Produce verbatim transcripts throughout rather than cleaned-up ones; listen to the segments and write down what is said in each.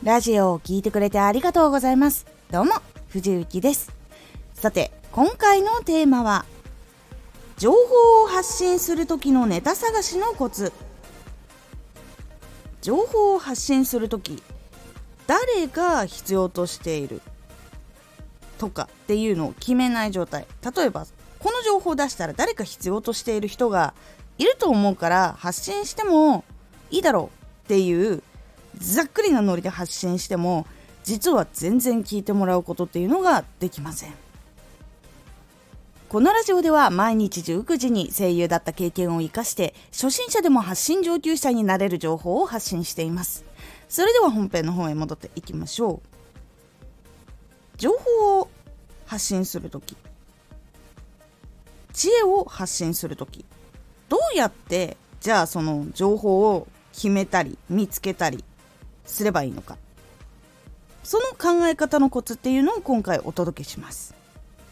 ラジオを聞いてくれてありがとうございます。どうも藤幸です。さて今回のテーマは情報を発信する時のネタ探しのコツ。情報を発信する時誰が必要としているとかっていうのを決めない状態。例えばこの情報を出したら誰か必要としている人がいると思うから発信してもいいだろうっていうざっくりなノリで発信しても実は全然聞いてもらうことっていうのができません。このラジオでは毎日じゅうくじに声優だった経験を生かして初心者でも発信上級者になれる情報を発信しています。それでは本編の方へ戻っていきましょう。情報を発信するとき、知恵を発信するとき、どうやってじゃあその情報を決めたり見つけたりすればいいのか、その考え方のコツっていうのを今回お届けします。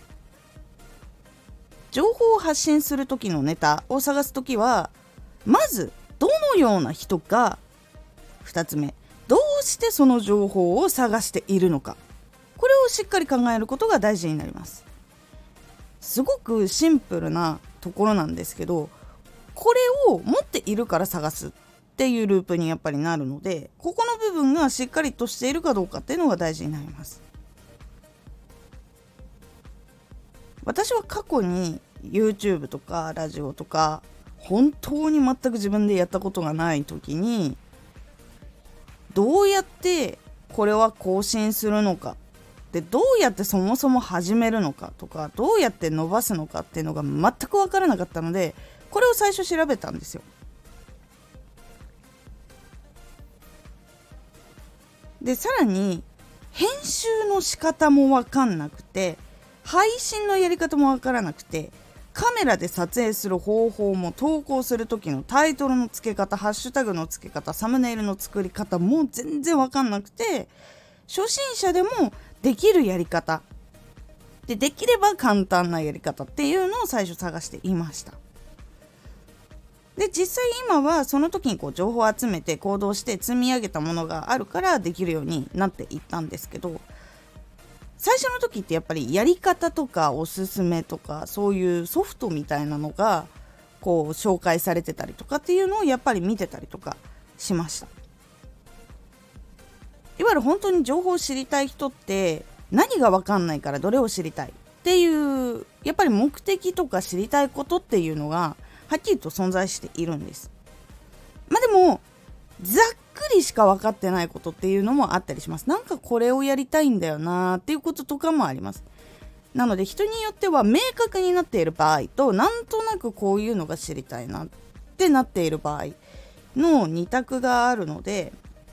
情報を発信する時のネタを探すときは、まずどのような人が、ふたつめどうしてその情報を探しているのか、これをしっかり考えることが大事になります。すごくシンプルなところなんですけど、これを持っているから探すっていうループにやっぱりなるので、ここの部分がしっかりとしているかどうかっていうのが大事になります。私は過去に YouTube とかラジオとか本当に全く自分でやったことがない時に、どうやってこれは更新するのかで、どうやってそもそも始めるのかとか、どうやって伸ばすのかっていうのが全く分からなかったので、これを最初調べたんですよ。でさらに編集の仕方も分かんなくて、配信のやり方も分からなくて、カメラで撮影する方法も、投稿する時のタイトルの付け方、ハッシュタグの付け方、サムネイルの作り方も全然分かんなくて、初心者でもできるやり方で、できれば簡単なやり方っていうのを最初探していました。で実際今はその時にこう情報を集めて行動して積み上げたものがあるからできるようになっていったんですけど、最初の時ってやっぱりやり方とかおすすめとかそういうソフトみたいなのがこう紹介されてたりとかっていうのをやっぱり見てたりとかしました。いわゆる本当に情報を知りたい人って何が分かんないからどれを知りたいっていうやっぱり目的とか知りたいことっていうのがはっきりと存在しているんです。まあでもざっくりしか分かってないことっていうのもあったりします。なんかこれをやりたいんだよなっていうこととかもあります。なので人によっては明確になっている場合と、なんとなくこういうのが知りたいなってなっている場合のに択があるので、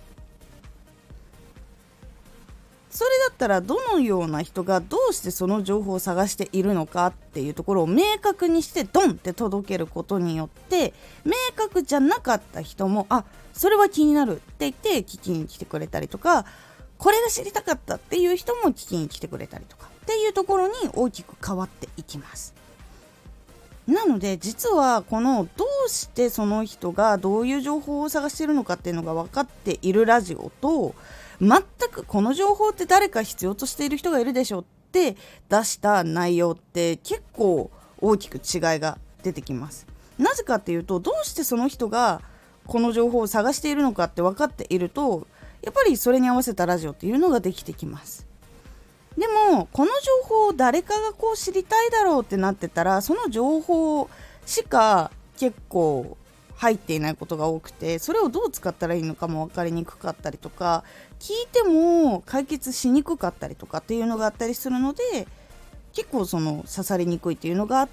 それだったらどのような人がどうしてその情報を探しているのかっていうところを明確にしてドンって届けることによって、明確じゃなかった人もあ、それは気になるって言って聞きに来てくれたりとか、これが知りたかったっていう人も聞きに来てくれたりとかっていうところに大きく変わっていきます。なので実はこのどうしてその人がどういう情報を探しているのかっていうのが分かっているラジオと、全くこの情報って誰か必要としている人がいるでしょって出した内容って結構大きく違いが出てきます。なぜかっていうと、どうしてその人がこの情報を探しているのかって分かっていると、やっぱりそれに合わせたラジオっていうのができてきます。でもこの情報を誰かがこう知りたいだろうってなってたら、その情報しか結構入っていないことが多くて、それをどう使ったらいいのかも分かりにくかったりとか、聞いても解決しにくかったりとかっていうのがあったりするので、結構その刺さりにくいっていうのがあって、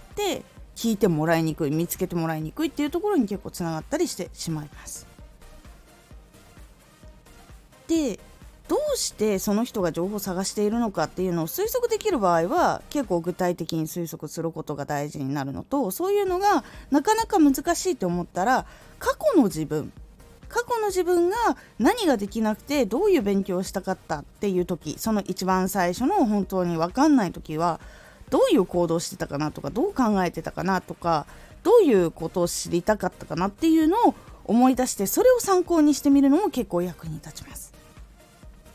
聞いてもらいにくい、見つけてもらいにくいっていうところに結構つながったりしてしまいます。でどうしてその人が情報を探しているのかっていうのを推測できる場合は、結構具体的に推測することが大事になるのと、そういうのがなかなか難しいと思ったら、過去の自分過去の自分が何ができなくてどういう勉強をしたかったっていう時、その一番最初の本当に分かんない時はどういう行動してたかなとか、どう考えてたかなとか、どういうことを知りたかったかなっていうのを思い出して、それを参考にしてみるのも結構役に立ちます。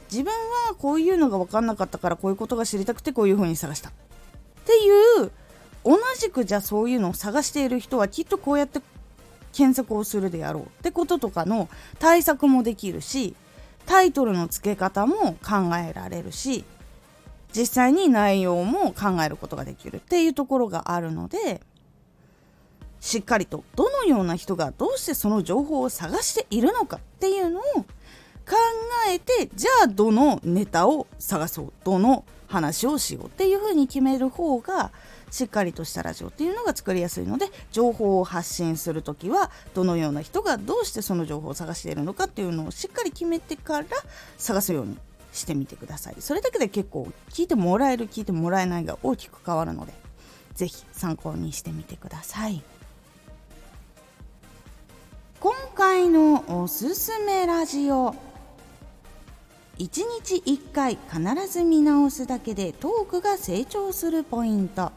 自分はこういうのが分かんなかったからこういうことが知りたくてこういう風に探したっていう、同じくじゃあそういうのを探している人はきっとこうやって検索をするであろうってこととかの対策もできるし、タイトルの付け方も考えられるし、実際に内容も考えることができるっていうところがあるので、しっかりとどのような人がどうしてその情報を探しているのかっていうのを考えて、じゃあどのネタを探そう、どの話をしようっていうふうに決める方がしっかりとしたラジオっていうのが作りやすいので、情報を発信するときはどのような人がどうしてその情報を探しているのかっていうのをしっかり決めてから探すようにしてみてください。それだけで結構聞いてもらえる聞いてもらえないが大きく変わるので、ぜひ参考にしてみてください。今回のおすすめラジオ、いちにちいっかい必ず見直すだけでトークが成長するポイント。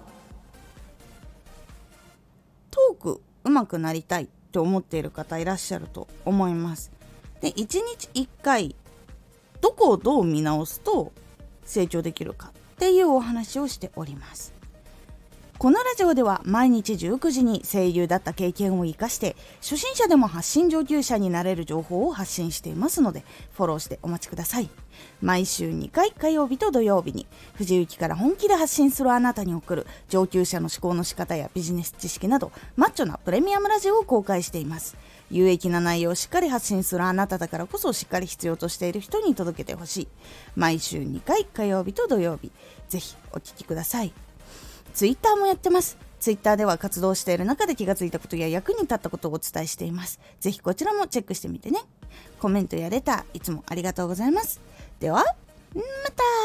トーク上手くなりたいって思っている方いらっしゃると思います。で、いちにちいっかいどこをどう見直すと成長できるかっていうお話をしております。このラジオでは毎日じゅうくじに声優だった経験を生かして初心者でも発信上級者になれる情報を発信していますので、フォローしてお待ちください。毎週にかい、火曜日と土曜日に藤雪から本気で発信するあなたに送る上級者の思考の仕方やビジネス知識などマッチョなプレミアムラジオを公開しています。有益な内容をしっかり発信するあなただからこそ、しっかり必要としている人に届けてほしい。毎週にかい、火曜日と土曜日、ぜひお聞きください。ツイッターもやってます。ツイッターでは活動している中で気がついたことや役に立ったことをお伝えしています。ぜひこちらもチェックしてみてね。コメントやレターいつもありがとうございます。ではまた。